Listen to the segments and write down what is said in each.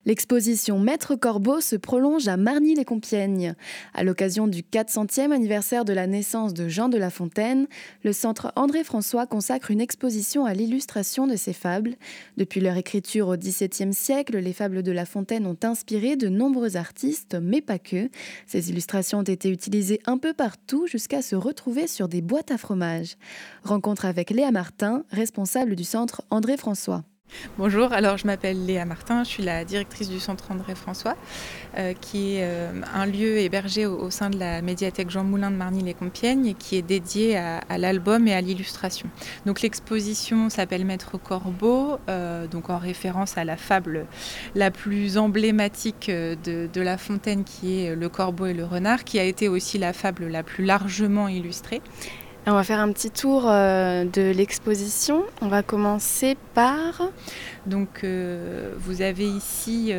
L'exposition Maître Corbeau se prolonge à Marny-les-Compiègnes. À l'occasion du 400e anniversaire de la naissance de Jean de La Fontaine, le Centre André-François consacre une exposition à l'illustration de ses fables. Depuis leur écriture au XVIIe siècle, les fables de La Fontaine ont inspiré de nombreux artistes, mais pas que. Ces illustrations ont été utilisées un peu partout jusqu'à se retrouver sur des boîtes à fromage. Rencontre avec Léa Martin, responsable du Centre André-François. Bonjour, alors je m'appelle Léa Martin, je suis la directrice du Centre André-François, qui est un lieu hébergé au sein de la médiathèque Jean Moulin de Marny-les-Compiègnes et qui est dédié à l'album et à l'illustration. Donc l'exposition s'appelle Maître Corbeau, donc en référence à la fable la plus emblématique de La Fontaine, qui est Le Corbeau et le Renard, qui a été aussi la fable la plus largement illustrée. On va faire un petit tour de l'exposition. On va commencer par... Donc vous avez ici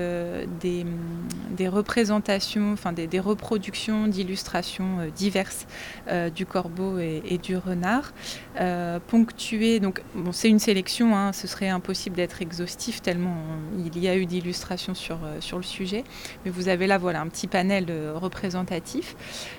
des représentations, enfin des reproductions d'illustrations diverses du corbeau et du renard, ponctuées. Donc bon, c'est une sélection, hein, ce serait impossible d'être exhaustif tellement il y a eu d'illustrations sur le sujet. Mais vous avez là voilà un petit panel représentatif.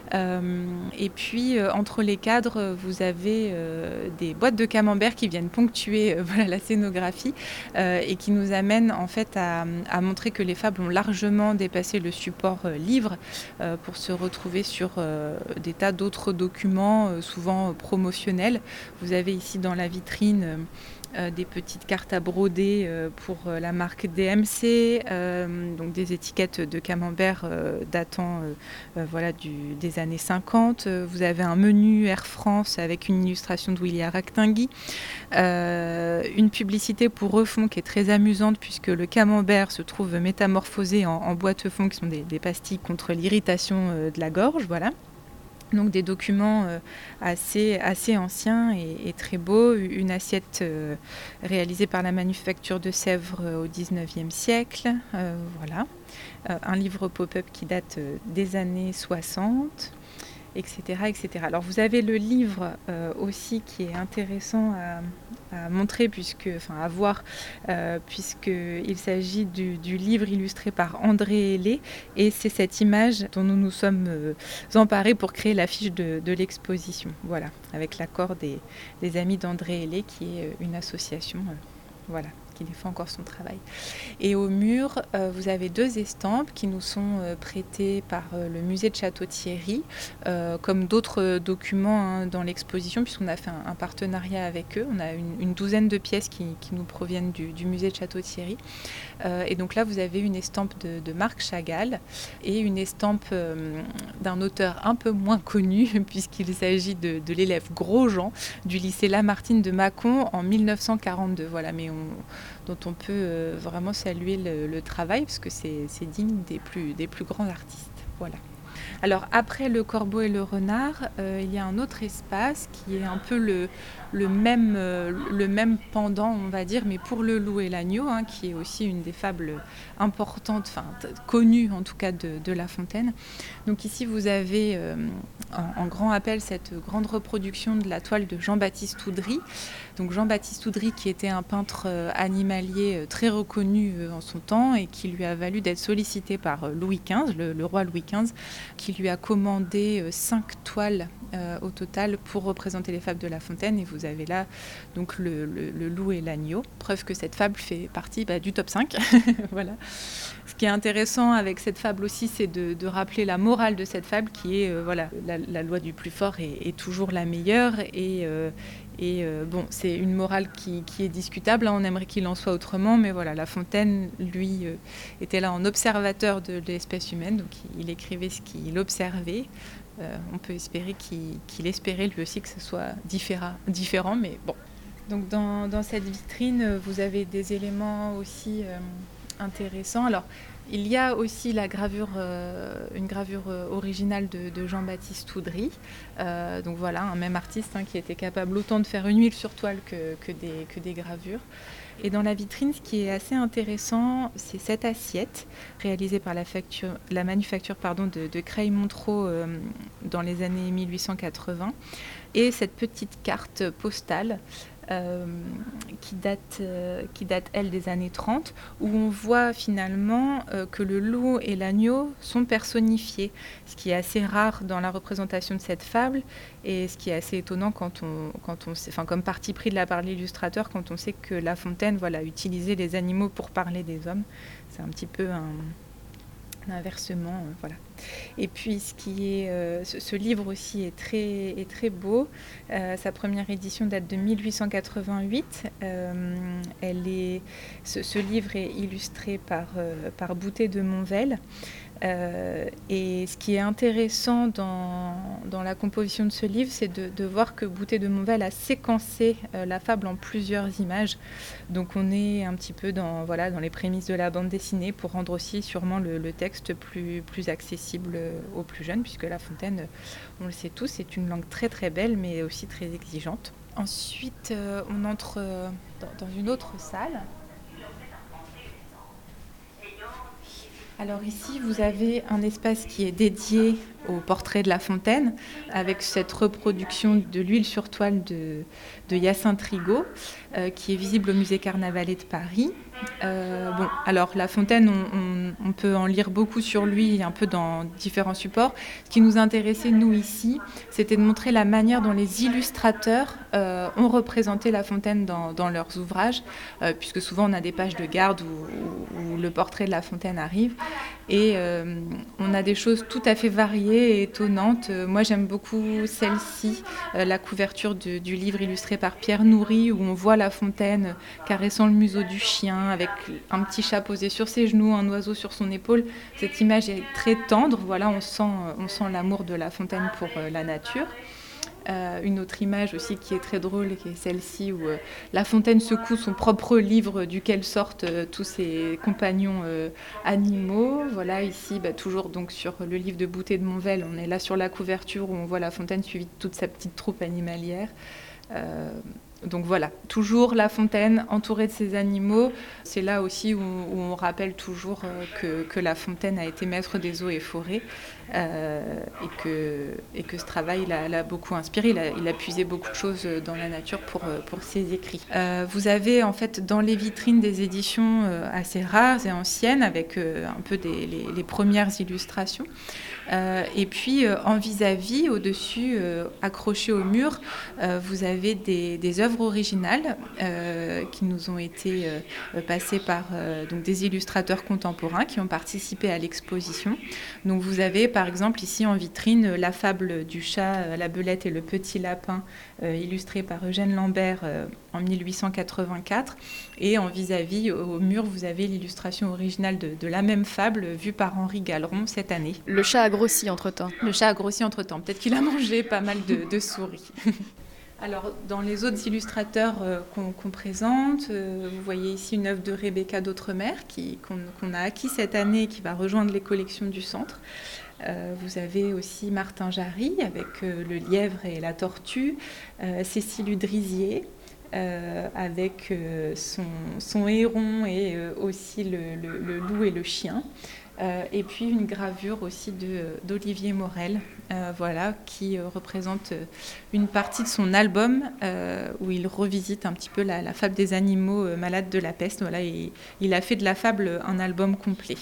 Et puis entre les cadres, vous avez des boîtes de camembert qui viennent ponctuer voilà, la scénographie et qui nous amènent en fait à montrer que les fables ont largement dépassé le support livre pour se retrouver sur des tas d'autres documents, souvent promotionnels. Vous avez ici dans la vitrine des petites cartes à broder pour la marque DMC, donc des étiquettes de camembert datant voilà, des années 50. Vous avez un menu Air France avec une illustration de William Ractingui, une publicité pour Refond qui est très amusante puisque le camembert se trouve métamorphosé en boîte-fond qui sont des pastilles contre l'irritation de la gorge, voilà. Donc des documents assez anciens et très beaux, une assiette réalisée par la manufacture de Sèvres au XIXe siècle, voilà. Un livre pop-up qui date des années 60, etc., etc. Alors vous avez le livre aussi qui est intéressant à montrer, à voir, puisqu'il s'agit du livre illustré par André Hellé, et c'est cette image dont nous nous sommes emparés pour créer l'affiche de l'exposition, voilà, avec l'accord des amis d'André Hellé, qui est une association, voilà, qui défend encore son travail. Et au mur, vous avez deux estampes qui nous sont prêtées par le musée de Château-Thierry, comme d'autres documents hein, dans l'exposition, puisqu'on a fait un partenariat avec eux. On a une douzaine de pièces qui nous proviennent du musée de Château-Thierry. Et donc là, vous avez une estampe de Marc Chagall et une estampe d'un auteur un peu moins connu, puisqu'il s'agit de l'élève Grosjean du lycée Lamartine de Mâcon en 1942. Voilà, mais dont on peut vraiment saluer le travail, parce que c'est digne des plus grands artistes. Voilà. Alors après le corbeau et le renard, il y a un autre espace qui est un peu le même pendant, on va dire, mais pour le loup et l'agneau, hein, qui est aussi une des fables importantes, connues en tout cas de La Fontaine. Donc ici vous avez en grand appel cette grande reproduction de la toile de Jean-Baptiste Oudry. Donc Jean-Baptiste Oudry qui était un peintre animalier très reconnu en son temps et qui lui a valu d'être sollicité par Louis XV, le roi Louis XV, qui lui a commandé 5 toiles au total pour représenter les fables de La Fontaine. Et vous avez là donc le loup et l'agneau, preuve que cette fable fait partie du top 5. Voilà. Ce qui est intéressant avec cette fable aussi, c'est de rappeler la morale de cette fable qui est voilà, la loi du plus fort est toujours la meilleure et bon, c'est une morale qui est discutable, hein, on aimerait qu'il en soit autrement, mais voilà, La Fontaine, lui, était là en observateur de l'espèce humaine, donc il écrivait ce qu'il observait. On peut espérer qu'il espérait lui aussi que ce soit différent, mais bon. Donc dans cette vitrine, vous avez des éléments aussi intéressants. Alors, il y a aussi une gravure originale de Jean-Baptiste Oudry. Donc voilà, un même artiste hein, qui était capable autant de faire une huile sur toile que des gravures. Et dans la vitrine, ce qui est assez intéressant, c'est cette assiette réalisée par la manufacture de Creil-Montreux dans les années 1880. Et cette petite carte postale qui date, elle, des années 30, où on voit finalement que le loup et l'agneau sont personnifiés, ce qui est assez rare dans la représentation de cette fable, et ce qui est assez étonnant quand on sait, enfin, comme parti pris de la part de l'illustrateur, quand on sait que La Fontaine utilisait les animaux pour parler des hommes. C'est un petit peu un inversement, voilà. Et puis ce livre aussi est très beau. Sa première édition date de 1888. Ce livre est illustré par Boutet de Monvel. Et ce qui est intéressant dans la composition de ce livre, c'est de voir que Boutet de Monvel a séquencé la fable en plusieurs images. Donc on est un petit peu dans les prémices de la bande dessinée pour rendre aussi sûrement le texte plus accessible aux plus jeunes, puisque La Fontaine, on le sait tous, est une langue très très belle, mais aussi très exigeante. Ensuite, on entre dans une autre salle. Alors ici, vous avez un espace qui est dédié au portrait de La Fontaine, avec cette reproduction de l'huile sur toile de Hyacinthe Rigaud, qui est visible au musée Carnavalet de Paris. Alors La Fontaine, on peut en lire beaucoup sur lui, un peu dans différents supports. Ce qui nous intéressait, nous, ici, c'était de montrer la manière dont les illustrateurs ont représenté La Fontaine dans leurs ouvrages, puisque souvent on a des pages de garde où le portrait de La Fontaine arrive. Et on a des choses tout à fait variées et étonnantes. Moi, j'aime beaucoup celle-ci, la couverture du livre illustré par Pierre Noury, où on voit La Fontaine caressant le museau du chien, avec un petit chat posé sur ses genoux, un oiseau sur son épaule. Cette image est très tendre. Voilà, on sent l'amour de La Fontaine pour la nature. Une autre image aussi qui est très drôle, qui est celle-ci où La Fontaine secoue son propre livre duquel sortent tous ses compagnons animaux. Voilà, ici, toujours donc sur le livre de Boutet de Monvel, on est là sur la couverture où on voit La Fontaine suivie de toute sa petite troupe animalière. Donc voilà, toujours La Fontaine entourée de ses animaux. C'est là aussi où on rappelle toujours que La Fontaine a été maître des eaux et forêts et que ce travail l'a beaucoup inspiré. Il a puisé beaucoup de choses dans la nature pour ses écrits. Vous avez en fait dans les vitrines des éditions assez rares et anciennes avec un peu les premières illustrations. Et puis en vis-à-vis, au-dessus, accrochées au mur, vous avez des œuvres originales qui nous ont été passées par donc des illustrateurs contemporains qui ont participé à l'exposition. Donc vous avez par exemple ici en vitrine la fable du chat, la belette et le petit lapin, illustrée par Eugène Lambert en 1884. Et en vis-à-vis, au mur, vous avez l'illustration originale de la même fable vue par Henri Galeron cette année. Le chat a grossi entre-temps. Le chat a grossi entre-temps. Peut-être qu'il a mangé pas mal de souris. Alors, dans les autres illustrateurs qu'on présente, vous voyez ici une œuvre de Rebecca d'Outremer qu'on a acquis cette année et qui va rejoindre les collections du Centre. Vous avez aussi Martin Jarry avec le lièvre et la tortue, Cécile Udrisier avec son héron et aussi le loup et le chien. Et puis une gravure aussi d'Olivier Morel, qui représente une partie de son album où il revisite un petit peu la fable des animaux malades de la peste. Voilà, et il a fait de la fable un album complet,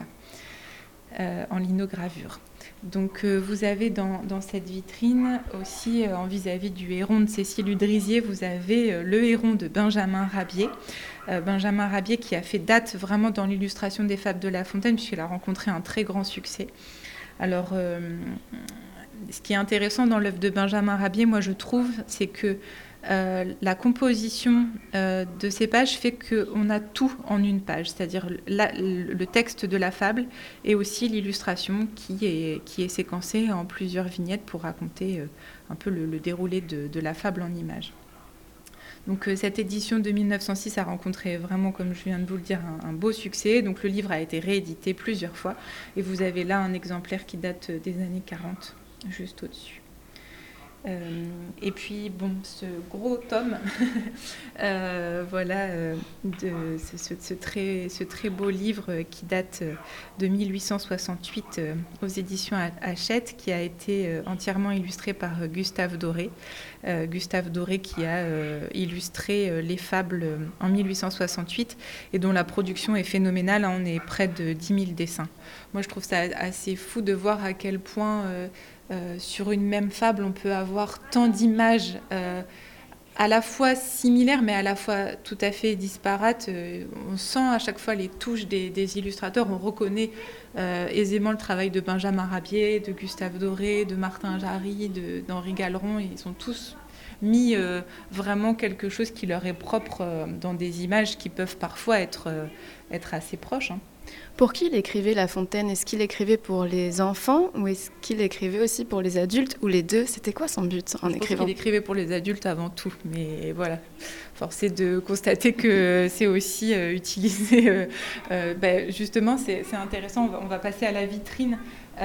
en linogravure. Donc vous avez dans cette vitrine aussi, en vis-à-vis du héron de Cécile Udrisier, vous avez le héron de Benjamin Rabier. Benjamin Rabier qui a fait date vraiment dans l'illustration des fables de La Fontaine puisqu'il a rencontré un très grand succès. Alors ce qui est intéressant dans l'œuvre de Benjamin Rabier, moi je trouve, c'est que la composition de ces pages fait qu'on a tout en une page, c'est-à-dire le texte de la fable et aussi l'illustration qui est séquencée en plusieurs vignettes pour raconter un peu le déroulé de la fable en images. Donc cette édition de 1906 a rencontré vraiment, comme je viens de vous le dire, un beau succès. Donc le livre a été réédité plusieurs fois et vous avez là un exemplaire qui date des années 40, juste au-dessus. Et puis, ce gros tome, ce très beau livre qui date de 1868 aux éditions Hachette, qui a été entièrement illustré par Gustave Doré. Gustave Doré qui a illustré les fables en 1868 et dont la production est phénoménale. On est près de 10 000 dessins. Moi, je trouve ça assez fou de voir à quel point... sur une même fable, on peut avoir tant d'images à la fois similaires, mais à la fois tout à fait disparates. On sent à chaque fois les touches des illustrateurs. On reconnaît aisément le travail de Benjamin Rabier, de Gustave Doré, de Martin Jarry, d'Henri Galeron. Ils ont tous mis vraiment quelque chose qui leur est propre dans des images qui peuvent parfois être assez proches. Pour qui il écrivait La Fontaine ? Est-ce qu'il écrivait pour les enfants ou est-ce qu'il écrivait aussi pour les adultes ou les deux ? C'était quoi son but en écrivant ? Je pense qu'il écrivait pour les adultes avant tout, mais voilà. Force est de constater que c'est aussi utilisé. Justement, c'est intéressant. On va passer à la vitrine.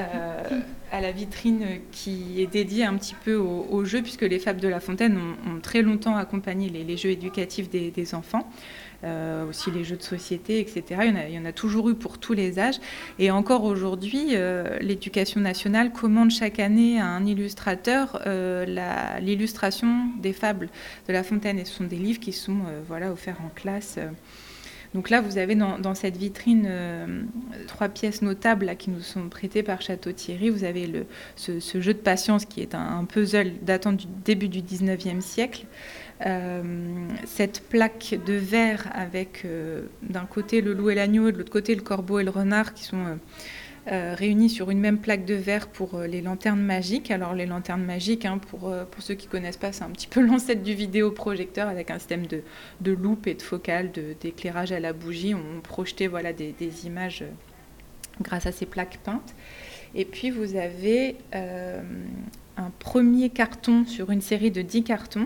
Qui est dédiée un petit peu aux jeux, puisque les fables de La Fontaine ont très longtemps accompagné les jeux éducatifs des enfants. Aussi les jeux de société, etc. Il y en a toujours eu pour tous les âges. Et encore aujourd'hui, l'Éducation nationale commande chaque année à un illustrateur l'illustration des fables de La Fontaine. Et ce sont des livres qui sont offerts en classe. Donc là, vous avez dans cette vitrine 3 pièces notables là, qui nous sont prêtées par Château-Thierry. Vous avez ce jeu de patience qui est un puzzle datant du début du 19e siècle. Cette plaque de verre avec d'un côté le loup et l'agneau et de l'autre côté le corbeau et le renard qui sont réunis sur une même plaque de verre pour les lanternes magiques. Alors les lanternes magiques, pour ceux qui ne connaissent pas, c'est un petit peu l'ancêtre du vidéoprojecteur avec un système de loupe et de focale, d'éclairage à la bougie. On projetait des images grâce à ces plaques peintes. Et puis vous avez un premier carton sur une série de 10 cartons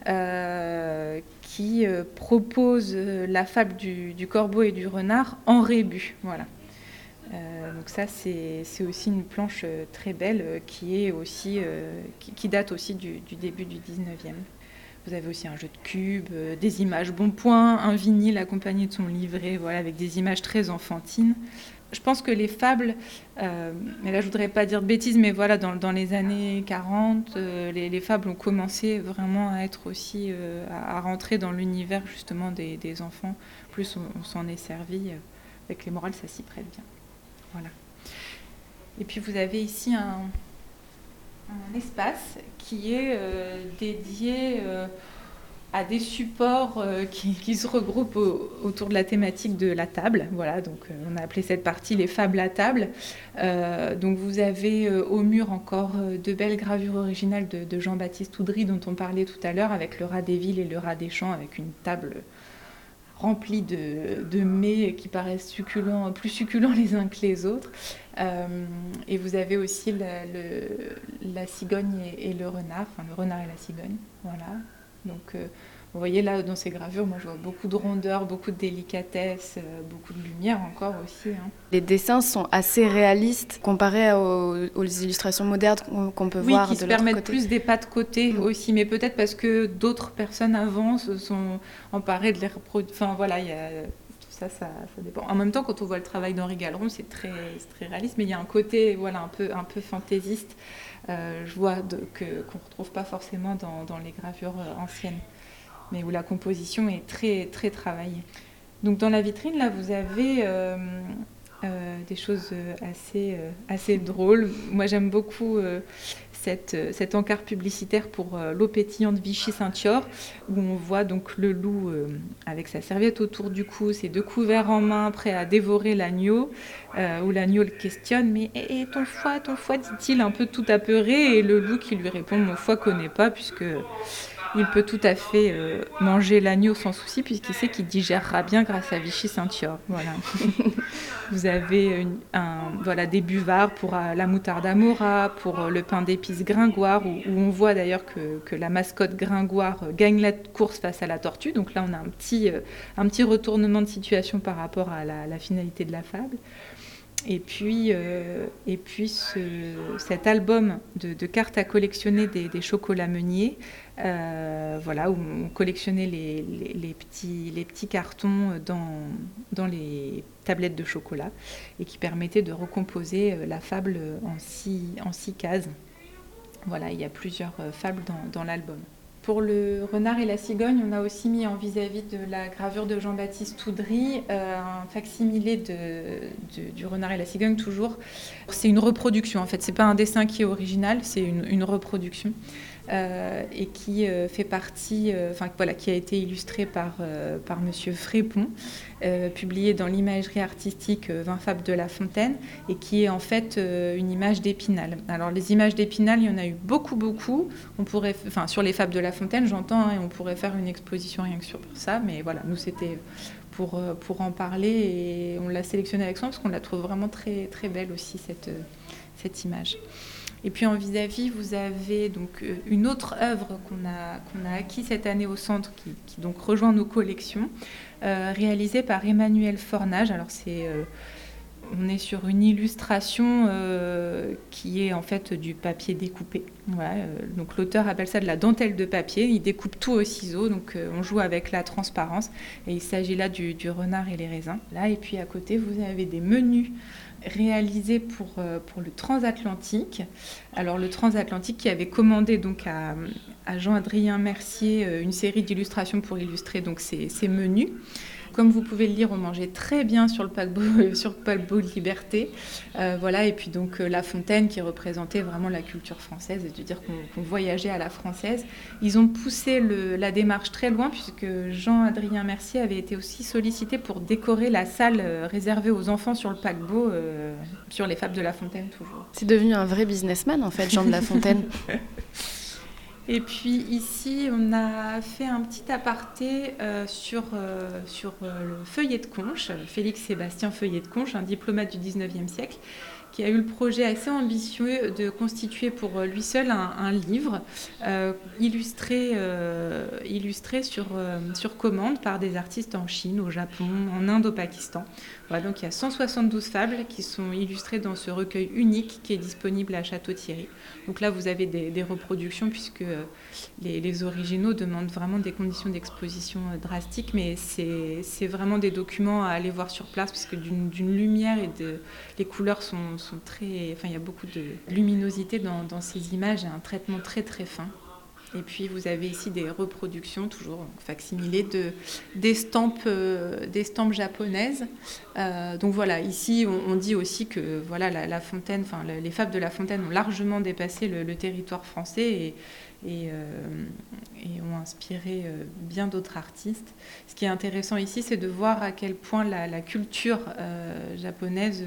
qui propose la fable du corbeau et du renard en rébus. Voilà. Donc ça, c'est aussi une planche très belle qui date aussi du début du 19e. Vous avez aussi un jeu de cubes, des images bon point, un vinyle accompagné de son livret, avec des images très enfantines. Je pense que les fables, mais là je voudrais pas dire de bêtises, mais dans les années 40, les fables ont commencé vraiment à être aussi, à rentrer dans l'univers justement des enfants. Plus on s'en est servi, avec les morales, ça s'y prête bien. Voilà. Et puis vous avez ici un espace qui est dédié à des supports qui se regroupent autour de la thématique de la table. Voilà, donc on a appelé cette partie les fables à table. Donc vous avez au mur encore de belles gravures originales de Jean-Baptiste Oudry dont on parlait tout à l'heure, avec le rat des villes et le rat des champs, avec une table remplie de mets qui paraissent plus succulents les uns que les autres. Et vous avez aussi la cigogne et le renard, enfin le renard et la cigogne. Voilà. Donc, vous voyez là, dans ces gravures, moi je vois beaucoup de rondeur, beaucoup de délicatesse, beaucoup de lumière encore aussi. Les dessins sont assez réalistes comparés aux illustrations modernes qu'on peut voir de l'autre côté. Oui, qui se permettent plus des pas de côté aussi, mais peut-être parce que d'autres personnes avant se sont emparées de les reproduire. Enfin voilà, tout ça dépend. En même temps, quand on voit le travail d'Henri Galeron, c'est très réaliste, mais il y a un côté un peu fantaisiste. Je vois qu'on ne retrouve pas forcément dans les gravures anciennes, mais où la composition est très, très travaillée. Donc dans la vitrine, là, vous avez des choses assez drôles. Moi, j'aime beaucoup cet encart publicitaire pour l'eau pétillante Vichy-Saint-Thior, où on voit donc le loup avec sa serviette autour du cou, ses 2 couverts en main, prêt à dévorer l'agneau, où l'agneau le questionne, mais ton foie, dit-il, un peu tout apeuré, et le loup qui lui répond, mon foie connaît pas, puisque il peut tout à fait manger l'agneau sans souci, puisqu'il sait qu'il digérera bien grâce à Vichy-Saint-Thior. Voilà. Vous avez des buvards pour la moutarde Amora, pour le pain d'épices Gringoire, où on voit d'ailleurs que la mascotte Gringoire gagne la course face à la tortue. Donc là, on a un petit retournement de situation par rapport à la finalité de la fable. Et puis cet album de cartes à collectionner des chocolats meuniers, voilà, où on collectionnait les petits cartons dans les tablettes de chocolat et qui permettait de recomposer la fable en six cases. Voilà, il y a plusieurs fables dans l'album. Pour le renard et la cigogne, on a aussi mis en vis-à-vis de la gravure de Jean-Baptiste Oudry un facsimilé du renard et la cigogne toujours. C'est une reproduction en fait, c'est pas un dessin qui est original, c'est une reproduction et qui fait partie, voilà, qui a été illustré par Monsieur Frépon, publié dans l'imagerie artistique 20 fables de La Fontaine et qui est en fait une image d'Épinal. Alors les images d'Épinal, il y en a eu beaucoup. On pourrait, sur les fables de La Fontaine, j'entends, et on pourrait faire une exposition rien que sur ça, mais voilà, nous c'était pour en parler et on l'a sélectionnée avec soin parce qu'on la trouve vraiment très, très belle aussi cette image. Et puis en vis-à-vis, vous avez donc une autre œuvre qu'on a acquis cette année au centre, qui donc rejoint nos collections, réalisée par Emmanuel Fornage. Alors on est sur une illustration qui est en fait du papier découpé. Voilà, donc l'auteur appelle ça de la dentelle de papier. Il découpe tout au ciseau, donc on joue avec la transparence. Et il s'agit là du renard et les raisins. Là, et puis à côté, vous avez des menus réalisé pour le transatlantique. Alors le transatlantique qui avait commandé donc à Jean-Adrien Mercier une série d'illustrations pour illustrer donc ces menus. Comme vous pouvez le lire, on mangeait très bien sur le paquebot de Liberté. Voilà, et puis donc La Fontaine qui représentait vraiment la culture française, et de dire qu'on voyageait à la française. Ils ont poussé la démarche très loin puisque Jean-Adrien Mercier avait été aussi sollicité pour décorer la salle réservée aux enfants sur le paquebot, sur les fables de La Fontaine toujours. C'est devenu un vrai businessman en fait, Jean de La Fontaine. Et puis ici, on a fait un petit aparté sur le Feuillet de Conche, Félix Sébastien Feuillet de Conche, un diplomate du 19e siècle, qui a eu le projet assez ambitieux de constituer pour lui seul un livre illustré sur commande par des artistes en Chine, au Japon, en Inde, au Pakistan. Voilà, donc il y a 172 fables qui sont illustrées dans ce recueil unique qui est disponible à Château-Thierry. Donc là, vous avez des reproductions puisque les originaux demandent vraiment des conditions d'exposition drastiques, mais c'est vraiment des documents à aller voir sur place parce que d'une lumière et les couleurs sont très... Enfin, il y a beaucoup de luminosité dans ces images et un traitement très très fin. Et puis vous avez ici des reproductions, toujours facsimilées, d'estampes japonaises. Donc voilà, ici on dit aussi que voilà, la Fontaine, les fables de La Fontaine ont largement dépassé le territoire français et ont inspiré bien d'autres artistes. Ce qui est intéressant ici, c'est de voir à quel point la culture japonaise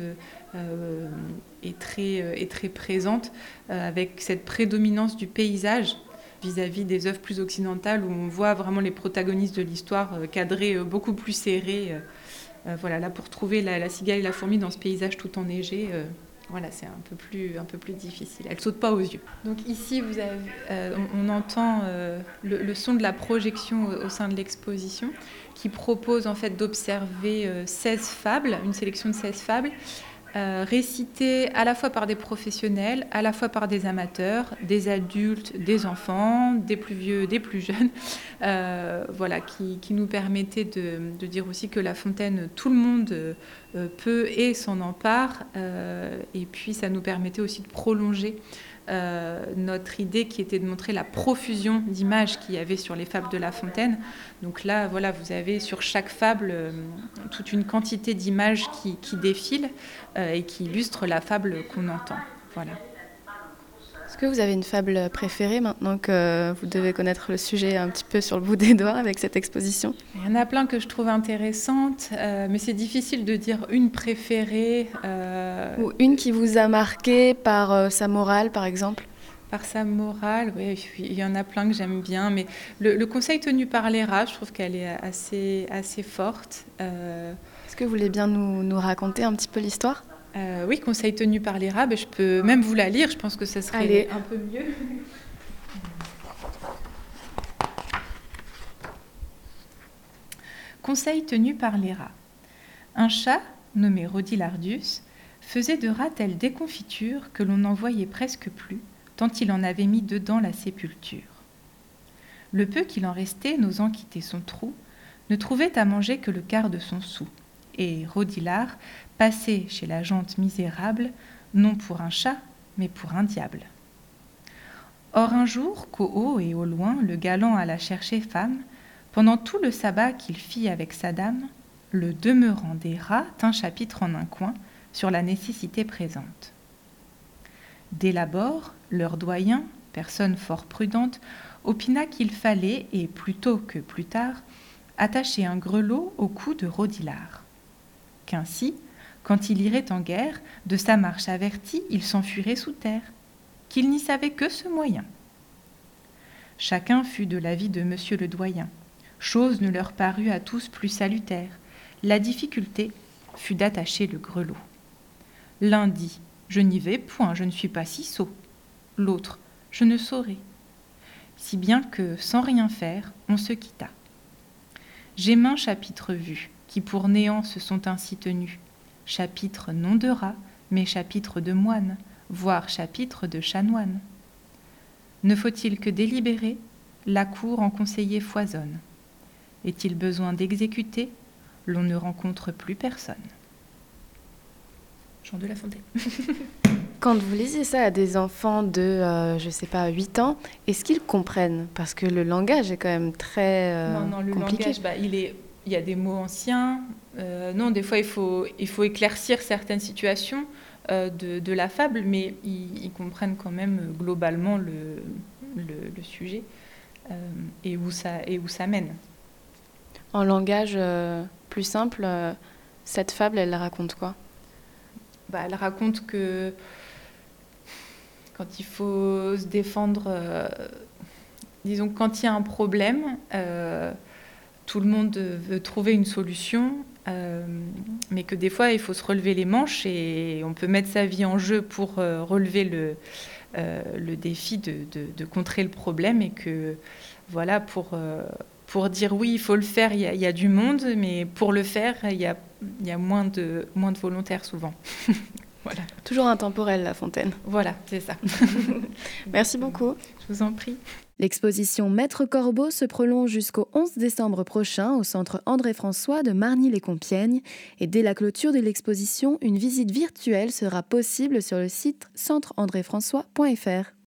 est très présente, avec cette prédominance du paysage vis-à-vis des œuvres plus occidentales où on voit vraiment les protagonistes de l'histoire cadrés beaucoup plus serrés. Voilà, là pour trouver la cigale et la fourmi dans ce paysage tout enneigé, voilà, c'est un peu plus difficile. Elle ne saute pas aux yeux. Donc ici, vous avez, on entend le son de la projection au sein de l'exposition qui propose en fait d'observer 16 fables, une sélection de 16 fables, récitées à la fois par des professionnels, à la fois par des amateurs, des adultes, des enfants, des plus vieux, des plus jeunes, voilà, qui nous permettaient de dire aussi que La Fontaine, tout le monde peut et s'en empare, et puis ça nous permettait aussi de prolonger notre idée qui était de montrer la profusion d'images qu'il y avait sur les fables de La Fontaine. Donc là, voilà, vous avez sur chaque fable toute une quantité d'images qui défilent et qui illustrent la fable qu'on entend. Voilà. Est-ce que vous avez une fable préférée maintenant que vous devez connaître le sujet un petit peu sur le bout des doigts avec cette exposition ? Il y en a plein que je trouve intéressantes, mais c'est difficile de dire une préférée. Ou une qui vous a marqué par sa morale, par exemple ? Par sa morale, oui, il y en a plein que j'aime bien, mais le conseil tenu par les rats, je trouve qu'elle est assez forte. Est-ce que vous voulez bien nous raconter un petit peu l'histoire ? Oui, conseil tenu par les rats, je peux même vous la lire, je pense que ça serait un peu mieux. Conseil tenu par les rats. Un chat, nommé Rodilardus, faisait de rats telle déconfiture que l'on n'en voyait presque plus, tant il en avait mis dedans la sépulture. Le peu qu'il en restait, n'osant quitter son trou, ne trouvait à manger que le quart de son sou, et Rodilard passait chez la gente misérable, non pour un chat, mais pour un diable. Or un jour, qu'au haut et au loin, le galant alla chercher femme, pendant tout le sabbat qu'il fit avec sa dame, le demeurant des rats tint chapitre en un coin sur la nécessité présente. Dès l'abord, leur doyen, personne fort prudente, opina qu'il fallait, et plus tôt que plus tard, attacher un grelot au cou de Rodilard. Qu'ainsi, quand il irait en guerre, de sa marche averti, il s'enfuirait sous terre, qu'il n'y savait que ce moyen. Chacun fut de l'avis de monsieur le doyen. Chose ne leur parut à tous plus salutaire. La difficulté fut d'attacher le grelot. L'un dit « Je n'y vais point, je ne suis pas si sot ». L'autre « Je ne saurais ». Si bien que, sans rien faire, on se quitta. J'ai maints chapitres vus, qui pour néant se sont ainsi tenus. Chapitres non de rats, mais chapitres de moines, voire chapitres de chanoines. Ne faut-il que délibérer, la cour en conseillers foisonne. Est-il besoin d'exécuter, l'on ne rencontre plus personne. Jean de La Fontaine. Quand vous lisez ça à des enfants de, 8 ans, est-ce qu'ils comprennent? Parce que le langage est quand même très le compliqué. langage, il y a des mots anciens. Des fois, il faut éclaircir certaines situations de la fable, mais ils comprennent quand même globalement le sujet et où ça mène. En langage plus simple, cette fable, elle raconte quoi? Elle raconte que quand il faut se défendre, disons que quand il y a un problème, tout le monde veut trouver une solution, mais que des fois, il faut se relever les manches et on peut mettre sa vie en jeu pour relever le défi de contrer le problème et que, voilà, pour dire oui, il faut le faire, il y a du monde, mais pour le faire, il y a moins de volontaires souvent. Voilà. Toujours intemporel, La Fontaine. Voilà, c'est ça. Merci beaucoup. Je vous en prie. L'exposition Maître Corbeau se prolonge jusqu'au 11 décembre prochain au centre André-François de Marny-les-Compiègnes. Et dès la clôture de l'exposition, une visite virtuelle sera possible sur le site centreandréfrançois.fr.